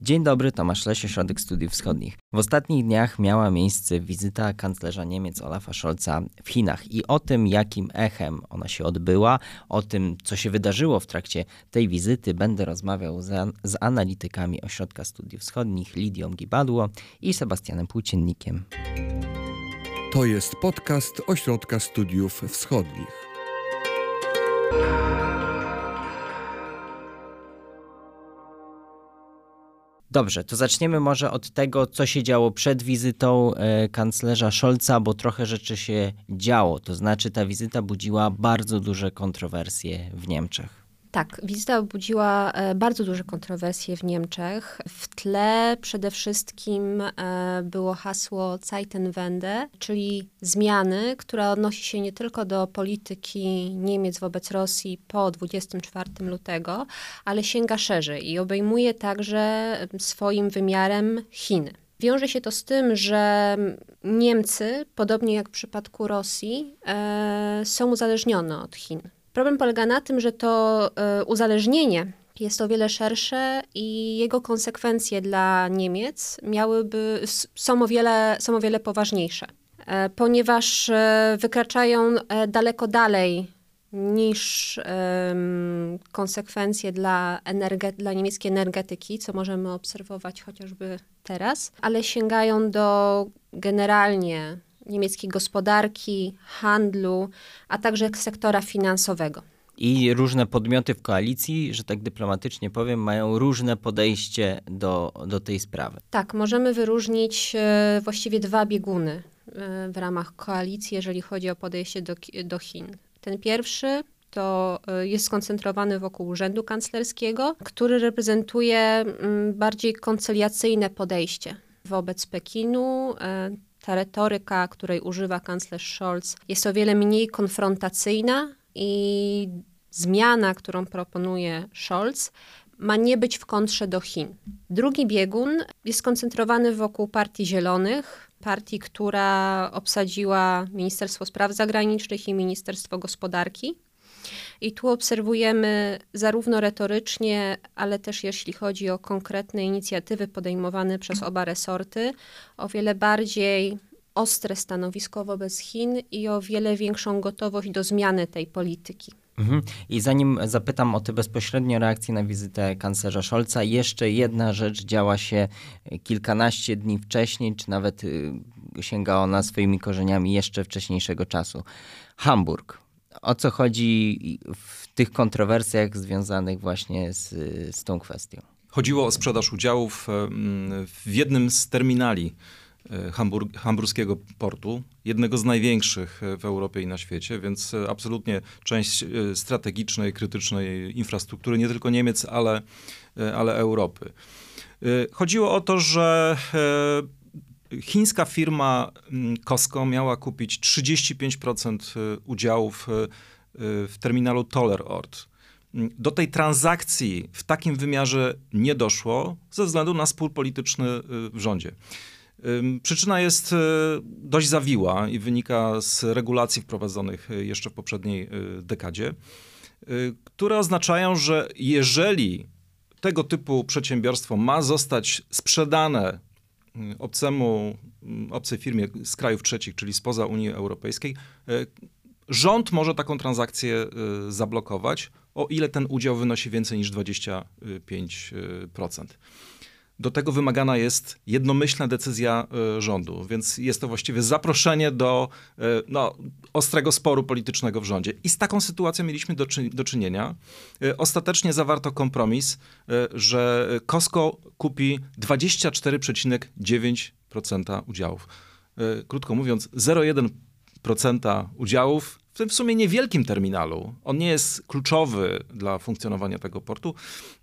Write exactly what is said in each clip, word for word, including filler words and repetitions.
Dzień dobry, Tomasz Leś, Ośrodek Studiów Wschodnich. W ostatnich dniach miała miejsce wizyta kanclerza Niemiec Olafa Scholza w Chinach i o tym, jakim echem ona się odbyła, o tym, co się wydarzyło w trakcie tej wizyty, będę rozmawiał z, z analitykami Ośrodka Studiów Wschodnich Lidią Gibadło i Sebastianem Płóciennikiem. To jest podcast Ośrodka Studiów Wschodnich. Dobrze, to zaczniemy może od tego, co się działo przed wizytą e, kanclerza Scholza, bo trochę rzeczy się działo. To znaczy ta wizyta budziła bardzo duże kontrowersje w Niemczech. Tak, wizyta budziła bardzo duże kontrowersje w Niemczech. W tle przede wszystkim było hasło Zeitenwende, czyli zmiany, która odnosi się nie tylko do polityki Niemiec wobec Rosji po dwudziestego czwartego lutego, ale sięga szerzej i obejmuje także swoim wymiarem Chiny. Wiąże się to z tym, że Niemcy, podobnie jak w przypadku Rosji, są uzależnione od Chin. Problem polega na tym, że to y, uzależnienie jest o wiele szersze i jego konsekwencje dla Niemiec miałyby, są o wiele, są o wiele poważniejsze, e, ponieważ e, wykraczają e, daleko dalej niż e, konsekwencje dla, energe- dla niemieckiej energetyki, co możemy obserwować chociażby teraz, ale sięgają do generalnie niemieckiej gospodarki, handlu, a także sektora finansowego. I różne podmioty w koalicji, że tak dyplomatycznie powiem, mają różne podejście do, do tej sprawy. Tak, możemy wyróżnić e, właściwie dwa bieguny e, w ramach koalicji, jeżeli chodzi o podejście do, do Chin. Ten pierwszy to e, jest skoncentrowany wokół Urzędu Kanclerskiego, który reprezentuje m, bardziej koncyliacyjne podejście wobec Pekinu. E, Ta retoryka, której używa kanclerz Scholz, jest o wiele mniej konfrontacyjna i zmiana, którą proponuje Scholz, ma nie być w kontrze do Chin. Drugi biegun jest skoncentrowany wokół Partii Zielonych, partii, która obsadziła Ministerstwo Spraw Zagranicznych i Ministerstwo Gospodarki. I tu obserwujemy zarówno retorycznie, ale też jeśli chodzi o konkretne inicjatywy podejmowane przez oba resorty, o wiele bardziej ostre stanowisko wobec Chin i o wiele większą gotowość do zmiany tej polityki. Mhm. I zanim zapytam o tę bezpośrednią reakcję na wizytę kanclerza Scholza, jeszcze jedna rzecz działa się kilkanaście dni wcześniej, czy nawet sięga ona swoimi korzeniami jeszcze wcześniejszego czasu. Hamburg. O co chodzi w tych kontrowersjach związanych właśnie z, z tą kwestią? Chodziło o sprzedaż udziałów w jednym z terminali Hambur- hamburskiego portu, jednego z największych w Europie i na świecie, więc absolutnie część strategicznej, krytycznej infrastruktury nie tylko Niemiec, ale, ale Europy. Chodziło o to, że chińska firma Cosco miała kupić trzydzieści pięć procent udziałów w terminalu Tollerort. Do tej transakcji w takim wymiarze nie doszło ze względu na spór polityczny w rządzie. Przyczyna jest dość zawiła i wynika z regulacji wprowadzonych jeszcze w poprzedniej dekadzie, które oznaczają, że jeżeli tego typu przedsiębiorstwo ma zostać sprzedane obcemu, obcej firmie z krajów trzecich, czyli spoza Unii Europejskiej, rząd może taką transakcję zablokować, o ile ten udział wynosi więcej niż dwadzieścia pięć procent. Do tego wymagana jest jednomyślna decyzja rządu, więc jest to właściwie zaproszenie do no, ostrego sporu politycznego w rządzie. I z taką sytuacją mieliśmy do, czy, do czynienia. Ostatecznie zawarto kompromis, że Cosco kupi dwadzieścia cztery przecinek dziewięć procent udziałów. Krótko mówiąc, zero przecinek jeden procent udziałów w tym w sumie niewielkim terminalu, on nie jest kluczowy dla funkcjonowania tego portu,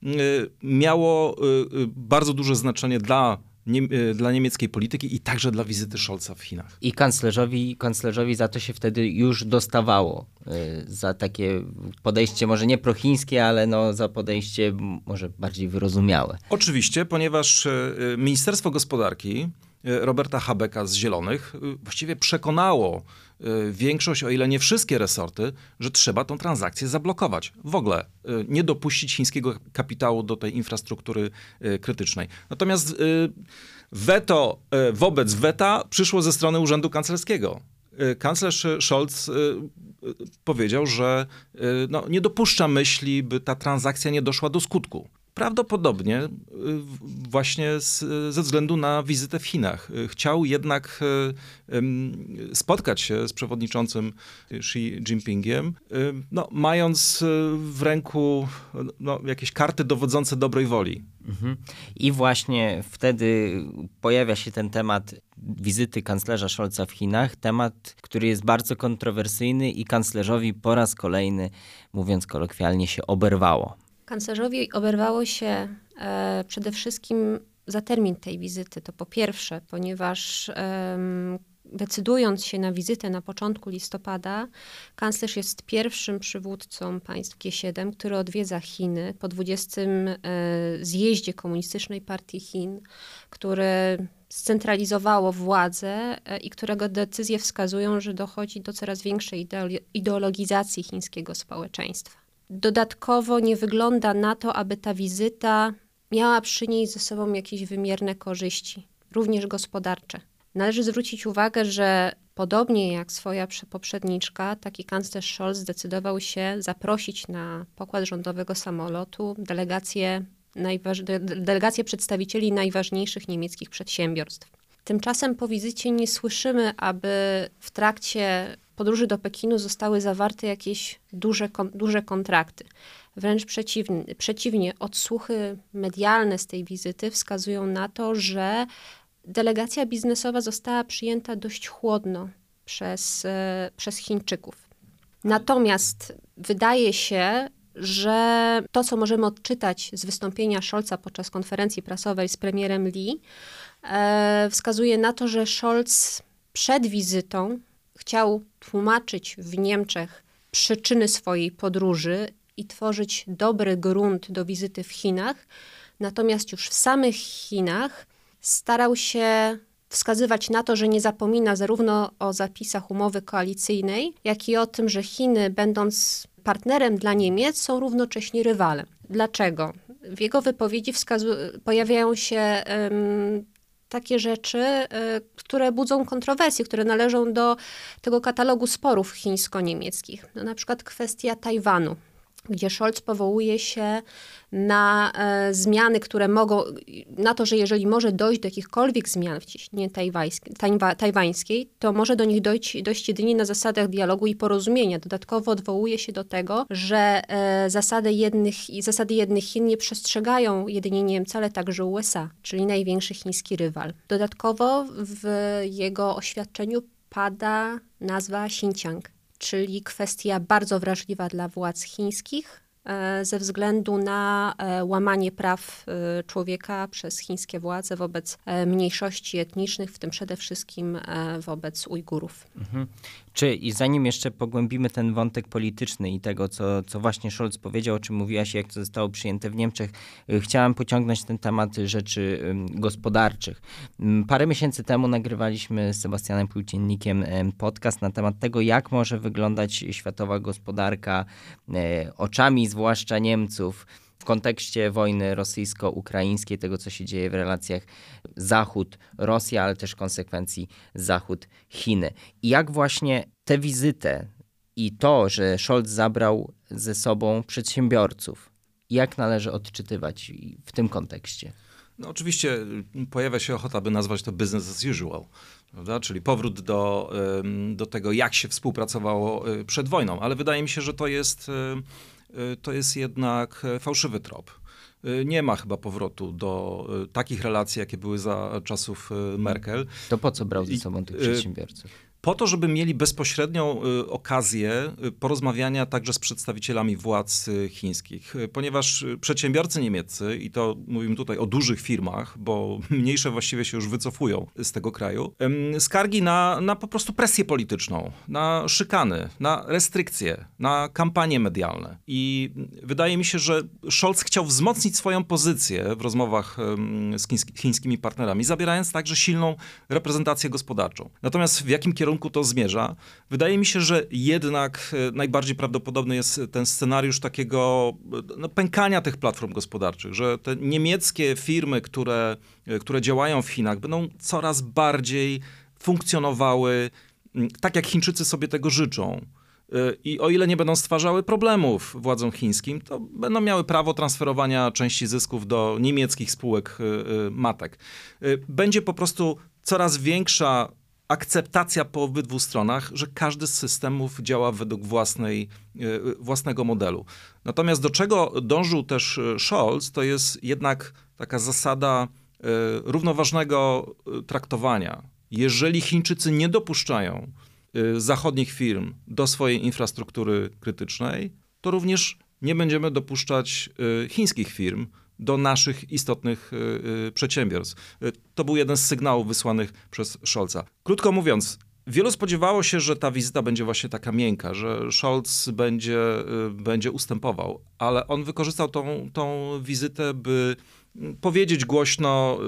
miało bardzo duże znaczenie dla, nie, dla niemieckiej polityki i także dla wizyty Scholza w Chinach. I kanclerzowi, kanclerzowi za to się wtedy już dostawało, za takie podejście może nie prochińskie, ale no za podejście może bardziej wyrozumiałe. Oczywiście, ponieważ Ministerstwo Gospodarki Roberta Habecka z Zielonych właściwie przekonało większość, o ile nie wszystkie resorty, że trzeba tą transakcję zablokować. W ogóle nie dopuścić chińskiego kapitału do tej infrastruktury krytycznej. Natomiast weto wobec weta przyszło ze strony Urzędu Kanclerskiego. Kanclerz Scholz powiedział, że no, nie dopuszcza myśli, by ta transakcja nie doszła do skutku. Prawdopodobnie właśnie z, ze względu na wizytę w Chinach. Chciał jednak spotkać się z przewodniczącym Xi Jinpingiem, no, mając w ręku no, jakieś karty dowodzące dobrej woli. Mhm. I właśnie wtedy pojawia się ten temat wizyty kanclerza Scholza w Chinach, temat, który jest bardzo kontrowersyjny i kanclerzowi po raz kolejny, mówiąc kolokwialnie, się oberwało. Kanclerzowi oberwało się e, przede wszystkim za termin tej wizyty. To po pierwsze, ponieważ e, decydując się na wizytę na początku listopada, kanclerz jest pierwszym przywódcą państw G siedem, który odwiedza Chiny po dwudziestym e, zjeździe Komunistycznej Partii Chin, które scentralizowało władzę e, i którego decyzje wskazują, że dochodzi do coraz większej ideolo- ideologizacji chińskiego społeczeństwa. Dodatkowo nie wygląda na to, aby ta wizyta miała przynieść ze sobą jakieś wymierne korzyści, również gospodarcze. Należy zwrócić uwagę, że podobnie jak swoja poprzedniczka, taki kanclerz Scholz zdecydował się zaprosić na pokład rządowego samolotu delegację, najważ- delegację przedstawicieli najważniejszych niemieckich przedsiębiorstw. Tymczasem po wizycie nie słyszymy, aby w trakcie podróży do Pekinu zostały zawarte jakieś duże, duże kontrakty. Wręcz przeciwnie, przeciwnie, odsłuchy medialne z tej wizyty wskazują na to, że delegacja biznesowa została przyjęta dość chłodno przez, przez Chińczyków. Natomiast wydaje się, że to, co możemy odczytać z wystąpienia Scholza podczas konferencji prasowej z premierem Li, e, wskazuje na to, że Scholz przed wizytą chciał tłumaczyć w Niemczech przyczyny swojej podróży i tworzyć dobry grunt do wizyty w Chinach. Natomiast już w samych Chinach starał się wskazywać na to, że nie zapomina zarówno o zapisach umowy koalicyjnej, jak i o tym, że Chiny, będąc partnerem dla Niemiec, są równocześnie rywalem. Dlaczego? W jego wypowiedzi wskazu- pojawiają się um, takie rzeczy, y, które budzą kontrowersje, które należą do tego katalogu sporów chińsko-niemieckich. No, na przykład kwestia Tajwanu, gdzie Scholz powołuje się na e, zmiany, które mogą, na to, że jeżeli może dojść do jakichkolwiek zmian w cieśninie tajwa, tajwańskiej, to może do nich dojść, dojść jedynie na zasadach dialogu i porozumienia. Dodatkowo odwołuje się do tego, że e, zasady, jednych, zasady jednych Chin nie przestrzegają jedynie Niemcy, ale także U S A, czyli największy chiński rywal. Dodatkowo w jego oświadczeniu pada nazwa Xinjiang, czyli kwestia bardzo wrażliwa dla władz chińskich ze względu na łamanie praw człowieka przez chińskie władze wobec mniejszości etnicznych, w tym przede wszystkim wobec Ujgurów. Mhm. Czy i zanim jeszcze pogłębimy ten wątek polityczny i tego, co, co właśnie Scholz powiedział, o czym mówiłaś, jak to zostało przyjęte w Niemczech, chciałam pociągnąć ten temat rzeczy gospodarczych. Parę miesięcy temu nagrywaliśmy z Sebastianem Płóciennikiem podcast na temat tego, jak może wyglądać światowa gospodarka oczami zwłaszcza Niemców w kontekście wojny rosyjsko-ukraińskiej, tego, co się dzieje w relacjach Zachód-Rosja, ale też konsekwencji Zachód-Chiny. I jak właśnie tę wizytę i to, że Scholz zabrał ze sobą przedsiębiorców, jak należy odczytywać w tym kontekście? No oczywiście pojawia się ochota, by nazwać to business as usual, prawda? Czyli powrót do, do tego, jak się współpracowało przed wojną, ale wydaje mi się, że to jest, to jest jednak fałszywy trop. Nie ma chyba powrotu do takich relacji, jakie były za czasów Merkel. To po co brał ze sobą tych przedsiębiorców? po to, żeby mieli bezpośrednią okazję porozmawiania także z przedstawicielami władz chińskich, ponieważ przedsiębiorcy niemieccy, i to mówimy tutaj o dużych firmach, bo mniejsze właściwie się już wycofują z tego kraju, skargi na, na po prostu presję polityczną, na szykany, na restrykcje, na kampanie medialne. I wydaje mi się, że Scholz chciał wzmocnić swoją pozycję w rozmowach z chińskimi partnerami, zabierając także silną reprezentację gospodarczą. Natomiast w jakim kierunku to zmierza? Wydaje mi się, że jednak najbardziej prawdopodobny jest ten scenariusz takiego no, pękania tych platform gospodarczych, że te niemieckie firmy, które, które działają w Chinach, będą coraz bardziej funkcjonowały tak, jak Chińczycy sobie tego życzą. I o ile nie będą stwarzały problemów władzom chińskim, to będą miały prawo transferowania części zysków do niemieckich spółek matek. Będzie po prostu coraz większa akceptacja po obydwu stronach, że każdy z systemów działa według własnej, własnego modelu. Natomiast do czego dążył też Scholz, to jest jednak taka zasada równoważnego traktowania. Jeżeli Chińczycy nie dopuszczają zachodnich firm do swojej infrastruktury krytycznej, to również nie będziemy dopuszczać chińskich firm do naszych istotnych przedsiębiorstw. To był jeden z sygnałów wysłanych przez Scholza. Krótko mówiąc, wielu spodziewało się, że ta wizyta będzie właśnie taka miękka, że Scholz będzie, będzie ustępował, ale on wykorzystał tą, tą wizytę, by powiedzieć głośno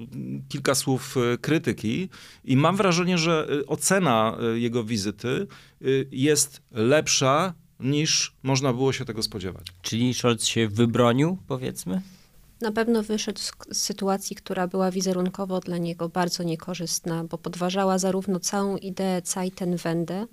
kilka słów krytyki i mam wrażenie, że ocena jego wizyty jest lepsza niż można było się tego spodziewać. Czyli Scholz się wybronił, powiedzmy? Na pewno wyszedł z, z sytuacji, która była wizerunkowo dla niego bardzo niekorzystna, bo podważała zarówno całą ideę Zeitenwende,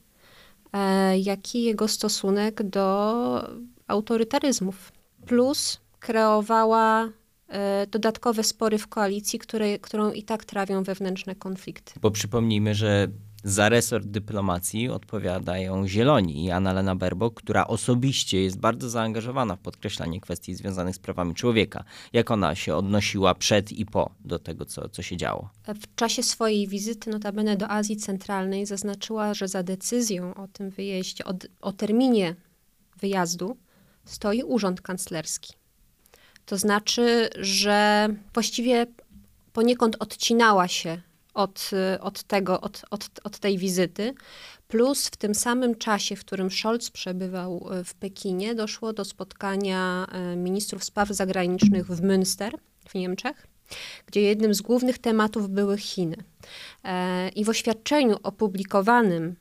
e, jak i jego stosunek do autorytaryzmów. Plus kreowała e, dodatkowe spory w koalicji, które, którą i tak trawią wewnętrzne konflikty. Bo przypomnijmy, że za resort dyplomacji odpowiadają Zieloni i Annalena Baerbock, która osobiście jest bardzo zaangażowana w podkreślanie kwestii związanych z prawami człowieka. Jak ona się odnosiła przed i po do tego, co, co się działo? W czasie swojej wizyty, notabene do Azji Centralnej, zaznaczyła, że za decyzją o tym wyjeździe, o, o terminie wyjazdu stoi urząd kanclerski. To znaczy, że właściwie poniekąd odcinała się Od, od, tego, od, od, od tej wizyty, plus w tym samym czasie, w którym Scholz przebywał w Pekinie, doszło do spotkania ministrów spraw zagranicznych w Münster w Niemczech, gdzie jednym z głównych tematów były Chiny. I w oświadczeniu opublikowanym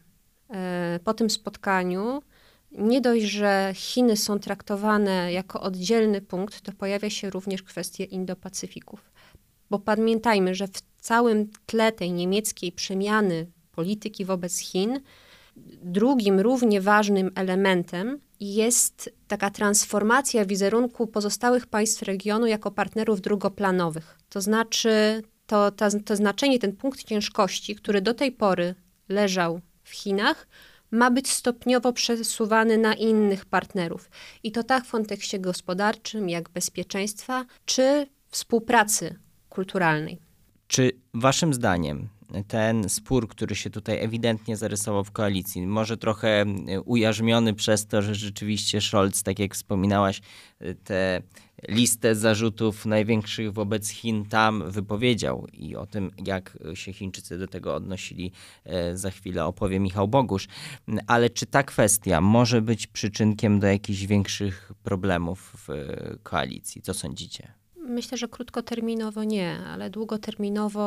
po tym spotkaniu nie dość, że Chiny są traktowane jako oddzielny punkt, to pojawia się również kwestia Indo-Pacyfików. Bo pamiętajmy, że w całym tle tej niemieckiej przemiany polityki wobec Chin drugim równie ważnym elementem jest taka transformacja wizerunku pozostałych państw regionu jako partnerów drugoplanowych. To znaczy to, to, to znaczenie, ten punkt ciężkości, który do tej pory leżał w Chinach, ma być stopniowo przesuwany na innych partnerów. I to tak w kontekście gospodarczym, jak bezpieczeństwa, czy współpracy kulturalnej. Czy waszym zdaniem ten spór, który się tutaj ewidentnie zarysował w koalicji, może trochę ujarzmiony przez to, że rzeczywiście Scholz, tak jak wspominałaś, tę listę zarzutów największych wobec Chin tam wypowiedział i o tym, jak się Chińczycy do tego odnosili, za chwilę opowie Michał Bogusz. Ale czy ta kwestia może być przyczynkiem do jakichś większych problemów w koalicji? Co sądzicie? Myślę, że krótkoterminowo nie, ale długoterminowo,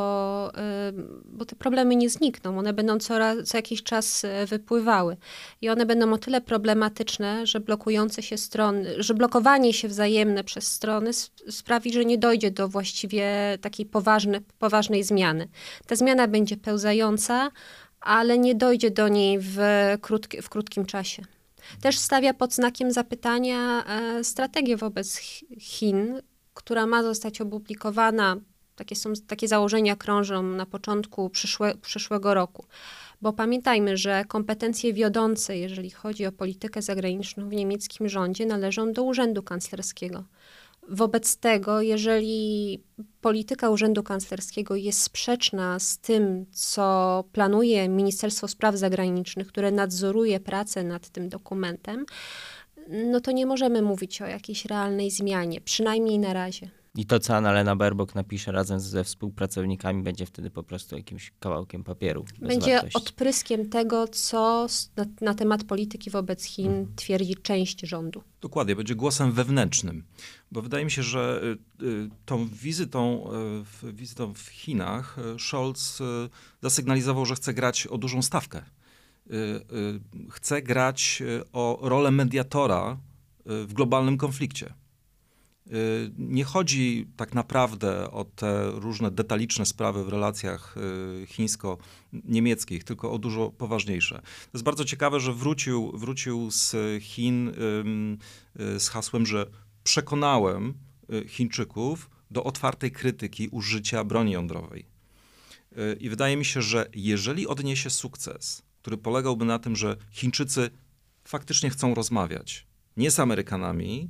bo te problemy nie znikną. One będą co, raz, co jakiś czas wypływały. I one będą o tyle problematyczne, że blokujące się strony, że blokowanie się wzajemne przez strony sprawi, że nie dojdzie do właściwie takiej poważnej, poważnej zmiany. Ta zmiana będzie pełzająca, ale nie dojdzie do niej w, krótki, w krótkim czasie. Też stawia pod znakiem zapytania strategię wobec Chin, która ma zostać opublikowana, takie, są, takie założenia krążą na początku przyszłe, przyszłego roku. Bo pamiętajmy, że kompetencje wiodące, jeżeli chodzi o politykę zagraniczną w niemieckim rządzie, należą do Urzędu Kanclerskiego. Wobec tego, jeżeli polityka Urzędu Kanclerskiego jest sprzeczna z tym, co planuje Ministerstwo Spraw Zagranicznych, które nadzoruje pracę nad tym dokumentem, no to nie możemy mówić o jakiejś realnej zmianie, przynajmniej na razie. I to, co Annalena Baerbock napisze razem ze współpracownikami, będzie wtedy po prostu jakimś kawałkiem papieru. bez Będzie wartości. odpryskiem tego, co na, na temat polityki wobec Chin Mhm. twierdzi część rządu. Dokładnie, będzie głosem wewnętrznym, bo wydaje mi się, że y, y, tą wizytą, y, w, wizytą w Chinach y, Scholz y, zasygnalizował, że chce grać o dużą stawkę. Y, y, chce grać y, o rolę mediatora y, w globalnym konflikcie. Y, Nie chodzi tak naprawdę o te różne detaliczne sprawy w relacjach y, chińsko-niemieckich, tylko o dużo poważniejsze. To jest bardzo ciekawe, że wrócił, wrócił z Chin ym, y, z hasłem, że przekonałem y, Chińczyków do otwartej krytyki użycia broni jądrowej. Y, I wydaje mi się, że jeżeli odniesie sukces, który polegałby na tym, że Chińczycy faktycznie chcą rozmawiać, nie z Amerykanami,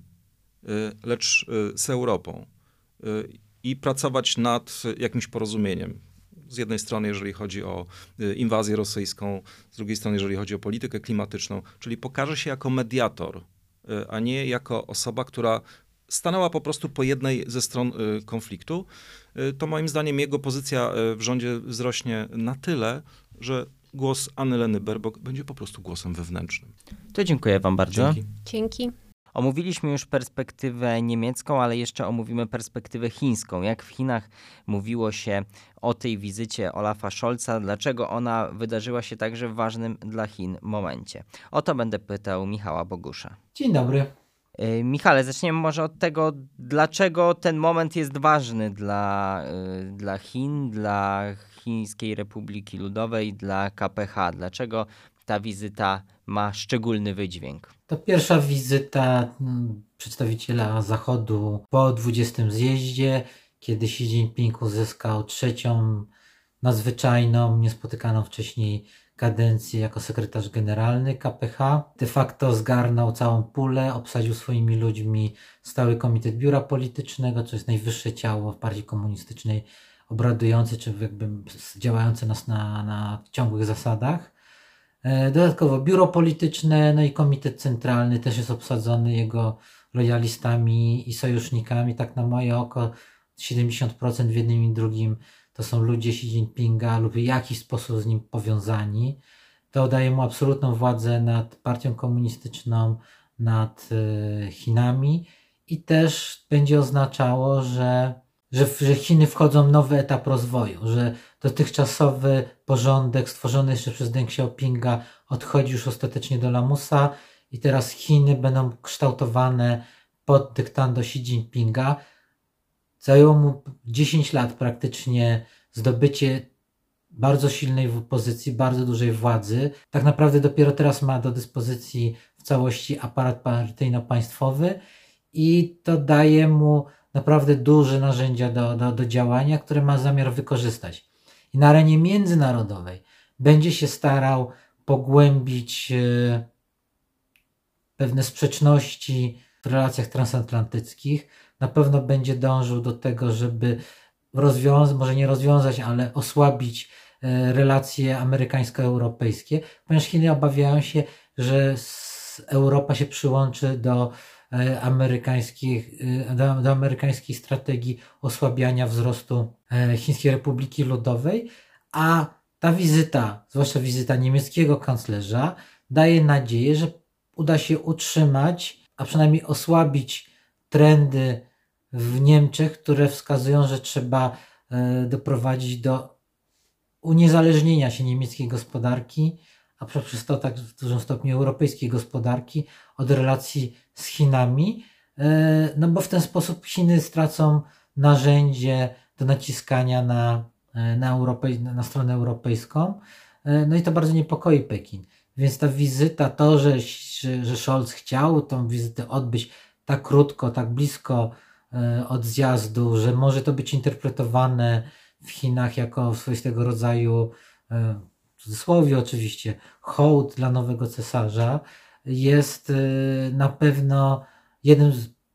y, lecz y, z Europą y, i pracować nad jakimś porozumieniem. Z jednej strony, jeżeli chodzi o y, inwazję rosyjską, z drugiej strony, jeżeli chodzi o politykę klimatyczną, czyli pokaże się jako mediator, y, a nie jako osoba, która stanęła po prostu po jednej ze stron y, konfliktu, y, to moim zdaniem jego pozycja y, w rządzie wzrośnie na tyle, że głos Annaleny Baerbock będzie po prostu głosem wewnętrznym. To dziękuję wam bardzo. Dzięki. Dzięki. Omówiliśmy już perspektywę niemiecką, ale jeszcze omówimy perspektywę chińską. Jak w Chinach mówiło się o tej wizycie Olafa Scholza, dlaczego ona wydarzyła się także w ważnym dla Chin momencie? O to będę pytał Michała Bogusza. Dzień dobry. Yy, Michale, zaczniemy może od tego, dlaczego ten moment jest ważny dla, yy, dla Chin, dla Chińskiej Republiki Ludowej, dla K P H. Dlaczego ta wizyta ma szczególny wydźwięk? To pierwsza wizyta mm, przedstawiciela Zachodu po dwudziestym zjeździe, kiedy Xi Jinping uzyskał trzecią nadzwyczajną, niespotykaną wcześniej kadencję jako sekretarz generalny K P H. De facto zgarnął całą pulę, obsadził swoimi ludźmi Stały Komitet Biura Politycznego, co jest najwyższe ciało w partii komunistycznej, obradujące czy jakby działające nas na, na ciągłych zasadach. Dodatkowo biuro polityczne, no i komitet centralny też jest obsadzony jego lojalistami i sojusznikami. Tak na moje oko siedemdziesiąt procent w jednym i drugim to są ludzie Xi Jinpinga lub w jakiś sposób z nim powiązani. To daje mu absolutną władzę nad partią komunistyczną, nad Chinami i też będzie oznaczało, że Że, że Chiny wchodzą w nowy etap rozwoju, że dotychczasowy porządek stworzony jeszcze przez Deng Xiaopinga odchodzi już ostatecznie do lamusa i teraz Chiny będą kształtowane pod dyktando Xi Jinpinga. Zajęło mu dziesięć lat praktycznie zdobycie bardzo silnej pozycji, bardzo dużej władzy. Tak naprawdę dopiero teraz ma do dyspozycji w całości aparat partyjno-państwowy i to daje mu naprawdę duże narzędzia do, do, do działania, które ma zamiar wykorzystać. I na arenie międzynarodowej będzie się starał pogłębić e, pewne sprzeczności w relacjach transatlantyckich. Na pewno będzie dążył do tego, żeby rozwiązać, może nie rozwiązać, ale osłabić e, relacje amerykańsko-europejskie, ponieważ Chiny obawiają się, że Europa się przyłączy do amerykańskich, do, do amerykańskiej strategii osłabiania wzrostu Chińskiej Republiki Ludowej, a ta wizyta, zwłaszcza wizyta niemieckiego kanclerza, daje nadzieję, że uda się utrzymać, a przynajmniej osłabić trendy w Niemczech, które wskazują, że trzeba doprowadzić do uniezależnienia się niemieckiej gospodarki, a przez to tak w dużym stopniu europejskiej gospodarki od relacji z Chinami, no bo w ten sposób Chiny stracą narzędzie do naciskania na, na, Europej, na stronę europejską, no i to bardzo niepokoi Pekin. Więc ta wizyta, to, że, że, że Scholz chciał tą wizytę odbyć tak krótko, tak blisko od zjazdu, że może to być interpretowane w Chinach jako swoistego rodzaju, w cudzysłowie oczywiście, hołd dla nowego cesarza, jest na pewno jednym z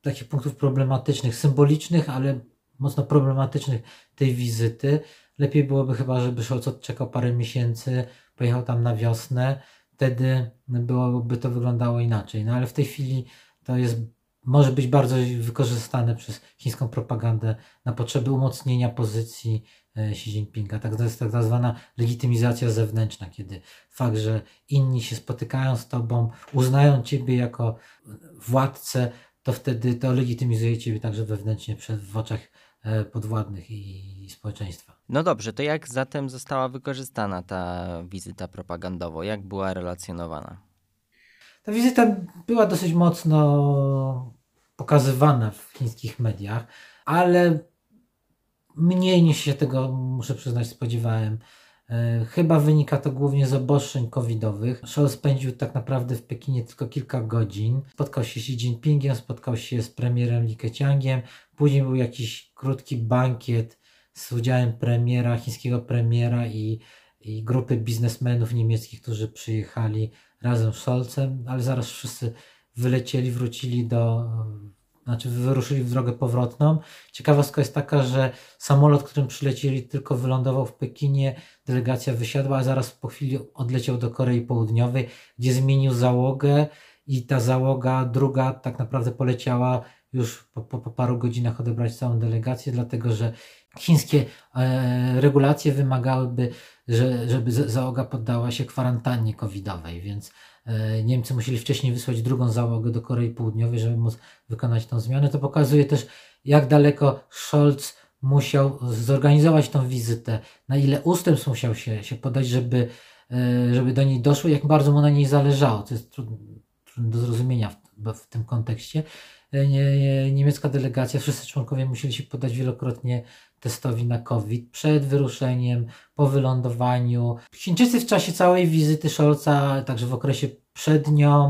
takich punktów problematycznych, symbolicznych, ale mocno problematycznych tej wizyty. Lepiej byłoby chyba, żeby Scholz odczekał parę miesięcy, pojechał tam na wiosnę, wtedy byłoby to wyglądało inaczej. No ale w tej chwili to jest, może być bardzo wykorzystane przez chińską propagandę na potrzeby umocnienia pozycji Xi Jinpinga. Tak, to jest tak zwana legitymizacja zewnętrzna, kiedy fakt, że inni się spotykają z tobą, uznają ciebie jako władcę, to wtedy to legitymizuje ciebie także wewnętrznie przed, w oczach podwładnych i, i społeczeństwa. No dobrze, to jak zatem została wykorzystana ta wizyta propagandowo? Jak była relacjonowana? Ta wizyta była dosyć mocno pokazywana w chińskich mediach, ale mniej niż się tego, muszę przyznać, spodziewałem. Chyba wynika to głównie z obostrzeń covidowych. Scholz spędził tak naprawdę w Pekinie tylko kilka godzin. Spotkał się z Xi Jinpingiem, spotkał się z premierem Li Keqiangiem. Później był jakiś krótki bankiet z udziałem premiera, chińskiego premiera i, i grupy biznesmenów niemieckich, którzy przyjechali razem z Scholzem, ale zaraz wszyscy wylecieli, wrócili do... Znaczy wyruszyli w drogę powrotną. Ciekawostka jest taka, że samolot, którym przylecieli, tylko wylądował w Pekinie, delegacja wysiadła, a zaraz po chwili odleciał do Korei Południowej, gdzie zmienił załogę i ta załoga druga tak naprawdę poleciała już po, po, po paru godzinach odebrać całą delegację, dlatego że chińskie e, regulacje wymagałyby, że, żeby załoga poddała się kwarantannie covidowej, więc e, Niemcy musieli wcześniej wysłać drugą załogę do Korei Południowej, żeby móc wykonać tą zmianę. To pokazuje też, jak daleko Scholz musiał zorganizować tą wizytę, na ile ustępstw musiał się, się podać, żeby, e, żeby do niej doszło, jak bardzo mu na niej zależało. To jest trudne, trudne do zrozumienia w, w tym kontekście. Nie, nie, niemiecka delegacja, wszyscy członkowie musieli się poddać wielokrotnie testowi na COVID przed wyruszeniem, po wylądowaniu. Chińczycy w czasie całej wizyty Scholza, także w okresie przed nią,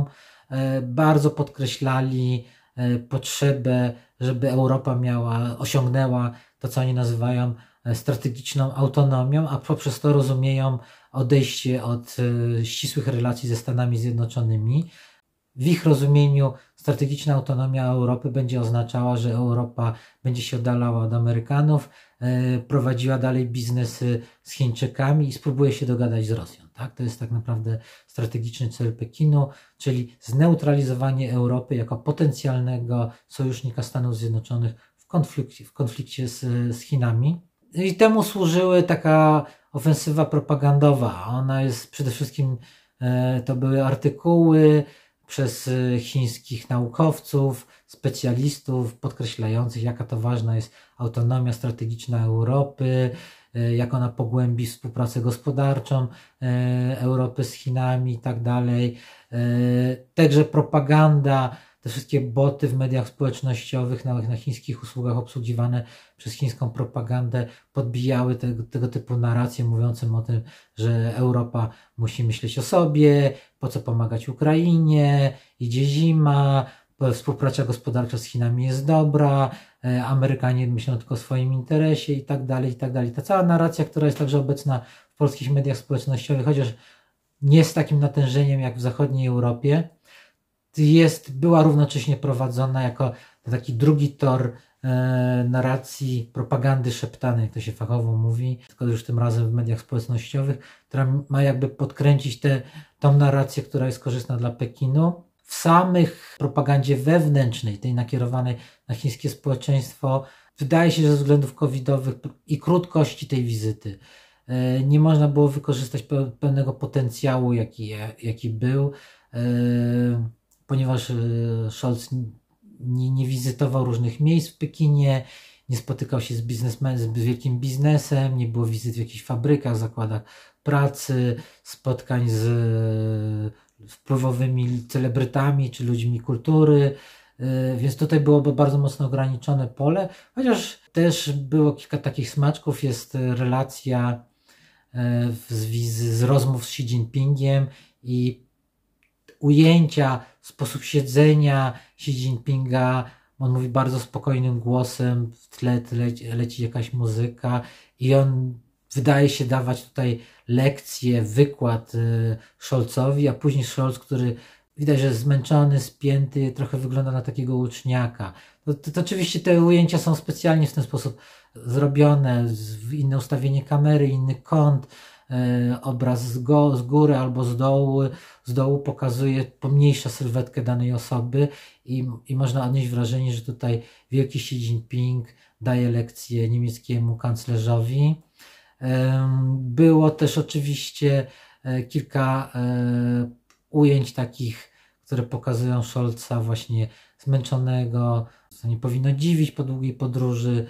bardzo podkreślali potrzebę, żeby Europa miała, osiągnęła to, co oni nazywają strategiczną autonomią, a poprzez to rozumieją odejście od ścisłych relacji ze Stanami Zjednoczonymi. W ich rozumieniu strategiczna autonomia Europy będzie oznaczała, że Europa będzie się oddalała od Amerykanów, e, prowadziła dalej biznesy z Chińczykami i spróbuje się dogadać z Rosją. Tak? To jest tak naprawdę strategiczny cel Pekinu, czyli zneutralizowanie Europy jako potencjalnego sojusznika Stanów Zjednoczonych w konflikcie, w konflikcie z, z Chinami. I temu służyły taka ofensywa propagandowa. Ona jest przede wszystkim, e, to były artykuły przez chińskich naukowców, specjalistów podkreślających, jaka to ważna jest autonomia strategiczna Europy, jak ona pogłębi współpracę gospodarczą Europy z Chinami i tak dalej. Także propaganda, te wszystkie boty w mediach społecznościowych, na, na chińskich usługach obsługiwane przez chińską propagandę podbijały tego, tego typu narracje mówiącym o tym, że Europa musi myśleć o sobie, po co pomagać Ukrainie, idzie zima, współpraca gospodarcza z Chinami jest dobra, Amerykanie myślą tylko o swoim interesie i tak dalej, i tak dalej. Ta cała narracja, która jest także obecna w polskich mediach społecznościowych, chociaż nie z takim natężeniem jak w zachodniej Europie, jest, była równocześnie prowadzona jako taki drugi tor e, narracji propagandy szeptanej, jak to się fachowo mówi, tylko już tym razem w mediach społecznościowych, która ma jakby podkręcić tę tą narrację, która jest korzystna dla Pekinu. W samych propagandzie wewnętrznej, tej nakierowanej na chińskie społeczeństwo, wydaje się, że ze względów covidowych i krótkości tej wizyty e, nie można było wykorzystać pe, pełnego potencjału, jaki, jaki był. E, ponieważ Scholz nie, nie wizytował różnych miejsc w Pekinie, nie spotykał się z biznesmenem, z wielkim biznesem, nie było wizyt w jakichś fabrykach, zakładach pracy, spotkań z wpływowymi celebrytami czy ludźmi kultury, więc tutaj byłoby bardzo mocno ograniczone pole, chociaż też było kilka takich smaczków. Jest relacja z, wizy, z rozmów z Xi Jinpingiem i ujęcia, sposób siedzenia Xi Jinpinga. On mówi bardzo spokojnym głosem, w tle leci, leci jakaś muzyka i on wydaje się dawać tutaj lekcję, wykład Scholzowi, a później Scholz, który widać, że jest zmęczony, spięty, trochę wygląda na takiego łuczniaka. To, to, to oczywiście te ujęcia są specjalnie w ten sposób zrobione, z, inne ustawienie kamery, inny kąt, e, obraz z, go, z góry albo z dołu, z dołu pokazuje, pomniejsza sylwetkę danej osoby i, i można odnieść wrażenie, że tutaj wielki Xi Jinping daje lekcję niemieckiemu kanclerzowi. E, było też oczywiście e, kilka e, ujęć takich, które pokazują Scholza właśnie zmęczonego, co nie powinno dziwić po długiej podróży,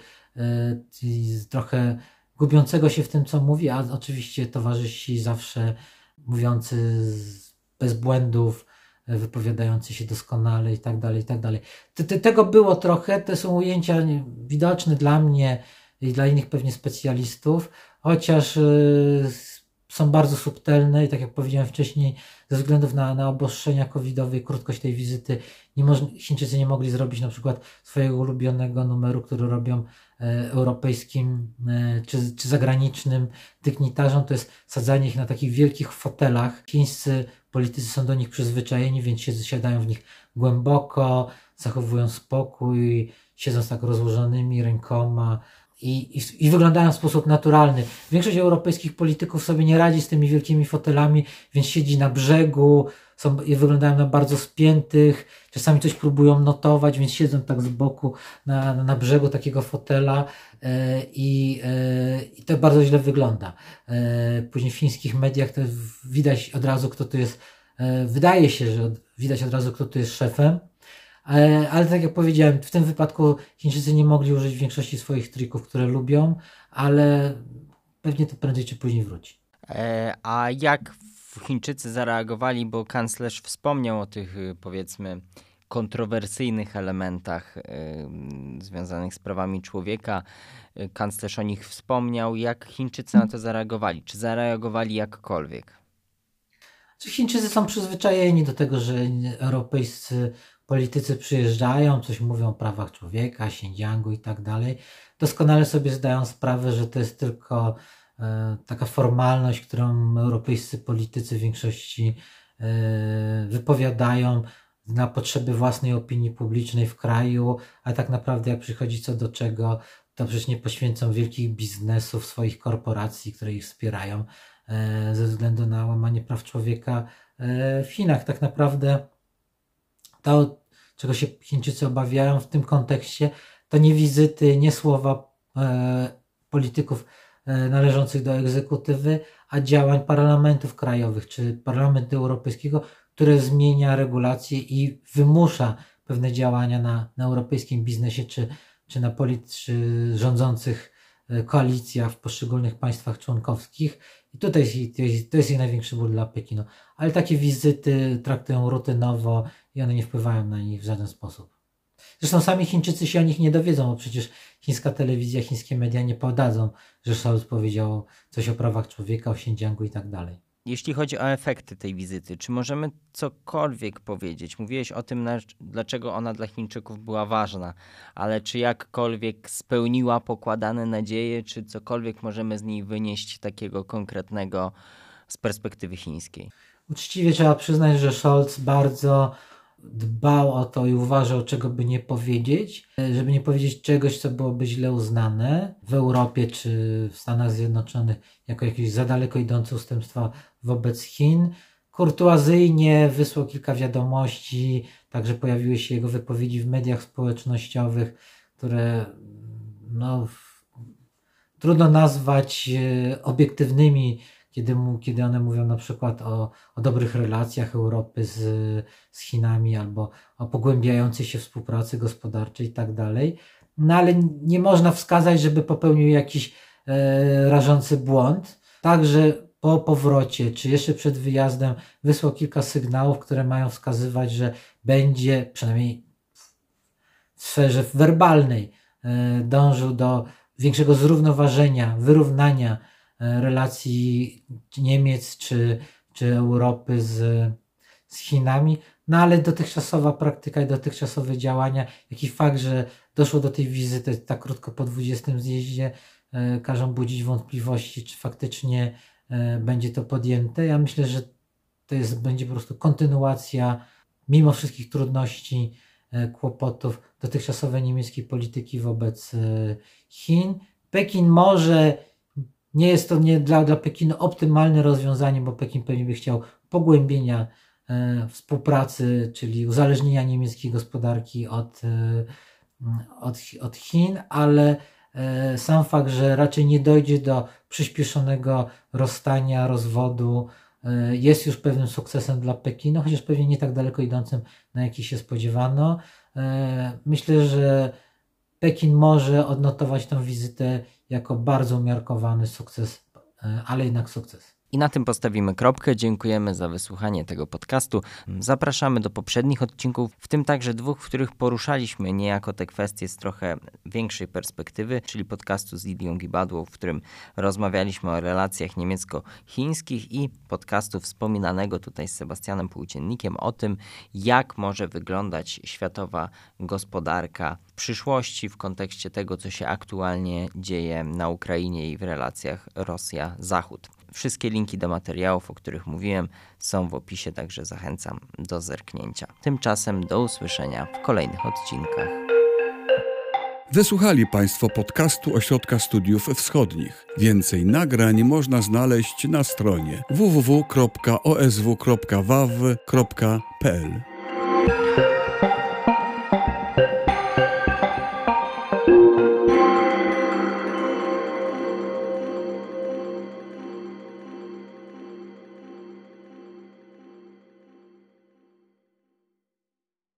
yy, trochę gubiącego się w tym, co mówi, a oczywiście towarzysi zawsze mówiący z, bez błędów, wypowiadający się doskonale i tak dalej, i tak dalej. Te, te, tego było trochę, to są ujęcia widoczne dla mnie i dla innych pewnie specjalistów, chociaż yy, są bardzo subtelne i tak jak powiedziałem wcześniej, ze względów na, na obostrzenia covidowe i krótkość tej wizyty nie moż, Chińczycy nie mogli zrobić na przykład swojego ulubionego numeru, który robią e, europejskim e, czy, czy zagranicznym dygnitarzom, to jest sadzanie ich na takich wielkich fotelach. Chińscy politycy są do nich przyzwyczajeni, więc siadają w nich głęboko, zachowują spokój, siedzą z tak rozłożonymi rękoma, I, i, i wyglądają w sposób naturalny. Większość europejskich polityków sobie nie radzi z tymi wielkimi fotelami, więc siedzi na brzegu, są, i wyglądają na bardzo spiętych, czasami coś próbują notować, więc siedzą tak z boku na, na brzegu takiego fotela e, i, e, i to bardzo źle wygląda. E, później w chińskich mediach to widać od razu, kto tu jest, e, wydaje się, że od, widać od razu, kto tu jest szefem. Ale, ale tak jak powiedziałem, w tym wypadku Chińczycy nie mogli użyć większości swoich trików, które lubią, ale pewnie to prędzej czy później wróci. E, a jak Chińczycy zareagowali, bo kanclerz wspomniał o tych, powiedzmy, kontrowersyjnych elementach y, związanych z prawami człowieka. Kanclerz o nich wspomniał. Jak Chińczycy na to zareagowali? Czy zareagowali jakkolwiek? Chińczycy są przyzwyczajeni do tego, że europejscy politycy przyjeżdżają, coś mówią o prawach człowieka, Xinjiangu i tak dalej. Doskonale sobie zdają sprawę, że to jest tylko e, taka formalność, którą europejscy politycy w większości e, wypowiadają na potrzeby własnej opinii publicznej w kraju, a tak naprawdę jak przychodzi co do czego, to przecież nie poświęcą wielkich biznesów, swoich korporacji, które ich wspierają e, ze względu na łamanie praw człowieka e, w Chinach. Tak naprawdę to, czego się Chińczycy obawiają w tym kontekście, to nie wizyty, nie słowa e, polityków e, należących do egzekutywy, a działań parlamentów krajowych czy Parlamentu Europejskiego, które zmienia regulacje i wymusza pewne działania na, na europejskim biznesie czy, czy na polit- czy rządzących koalicjach w poszczególnych państwach członkowskich. I tutaj jest, to jest jej największy ból dla Pekinu. Ale takie wizyty traktują rutynowo i one nie wpływają na nich w żaden sposób. Zresztą sami Chińczycy się o nich nie dowiedzą, bo przecież chińska telewizja, chińskie media nie podadzą, że Scholz powiedział coś o prawach człowieka, o Xinjiangu i tak dalej. Jeśli chodzi o efekty tej wizyty, czy możemy cokolwiek powiedzieć? Mówiłeś o tym, dlaczego ona dla Chińczyków była ważna, ale czy jakkolwiek spełniła pokładane nadzieje, czy cokolwiek możemy z niej wynieść takiego konkretnego z perspektywy chińskiej? Uczciwie trzeba przyznać, że Scholz bardzo dbał o to i uważał, czego by nie powiedzieć, żeby nie powiedzieć czegoś, co byłoby źle uznane w Europie czy w Stanach Zjednoczonych jako jakieś za daleko idące ustępstwa wobec Chin. Kurtuazyjnie wysłał kilka wiadomości, także pojawiły się jego wypowiedzi w mediach społecznościowych, które no, trudno nazwać obiektywnymi, Kiedy, mu, kiedy one mówią na przykład o, o dobrych relacjach Europy z, z Chinami albo o pogłębiającej się współpracy gospodarczej i tak dalej. No ale nie można wskazać, żeby popełnił jakiś e, rażący błąd. Także po powrocie, czy jeszcze przed wyjazdem wysłał kilka sygnałów, które mają wskazywać, że będzie, przynajmniej w sferze werbalnej, e, dążył do większego zrównoważenia, wyrównania relacji Niemiec czy, czy Europy z, z Chinami, no ale dotychczasowa praktyka i dotychczasowe działania, jak i fakt, że doszło do tej wizyty tak krótko po dwudziestym zjeździe, e, każą budzić wątpliwości, czy faktycznie e, będzie to podjęte. Ja myślę, że to jest, będzie po prostu kontynuacja mimo wszystkich trudności, kłopotów dotychczasowej niemieckiej polityki wobec Chin. Pekin może, nie jest to nie dla, dla Pekinu optymalne rozwiązanie, bo Pekin pewnie by chciał pogłębienia współpracy, czyli uzależnienia niemieckiej gospodarki od, od, od Chin, ale sam fakt, że raczej nie dojdzie do przyspieszonego rozstania, rozwodu, jest już pewnym sukcesem dla Pekinu, chociaż pewnie nie tak daleko idącym, na jaki się spodziewano. Myślę, że Pekin może odnotować tę wizytę jako bardzo umiarkowany sukces, ale jednak sukces. I na tym postawimy kropkę. Dziękujemy za wysłuchanie tego podcastu. Zapraszamy do poprzednich odcinków, w tym także dwóch, w których poruszaliśmy niejako te kwestie z trochę większej perspektywy, czyli podcastu z Lidią Gibadłą, w którym rozmawialiśmy o relacjach niemiecko-chińskich, i podcastu wspominanego tutaj z Sebastianem Płóciennikiem o tym, jak może wyglądać światowa gospodarka w przyszłości w kontekście tego, co się aktualnie dzieje na Ukrainie i w relacjach Rosja-Zachód. Wszystkie linki do materiałów, o których mówiłem, są w opisie, także zachęcam do zerknięcia. Tymczasem do usłyszenia w kolejnych odcinkach. Wysłuchali Państwo podcastu Ośrodka Studiów Wschodnich. Więcej nagrań można znaleźć na stronie w w w kropka o s w kropka w a w kropka p l.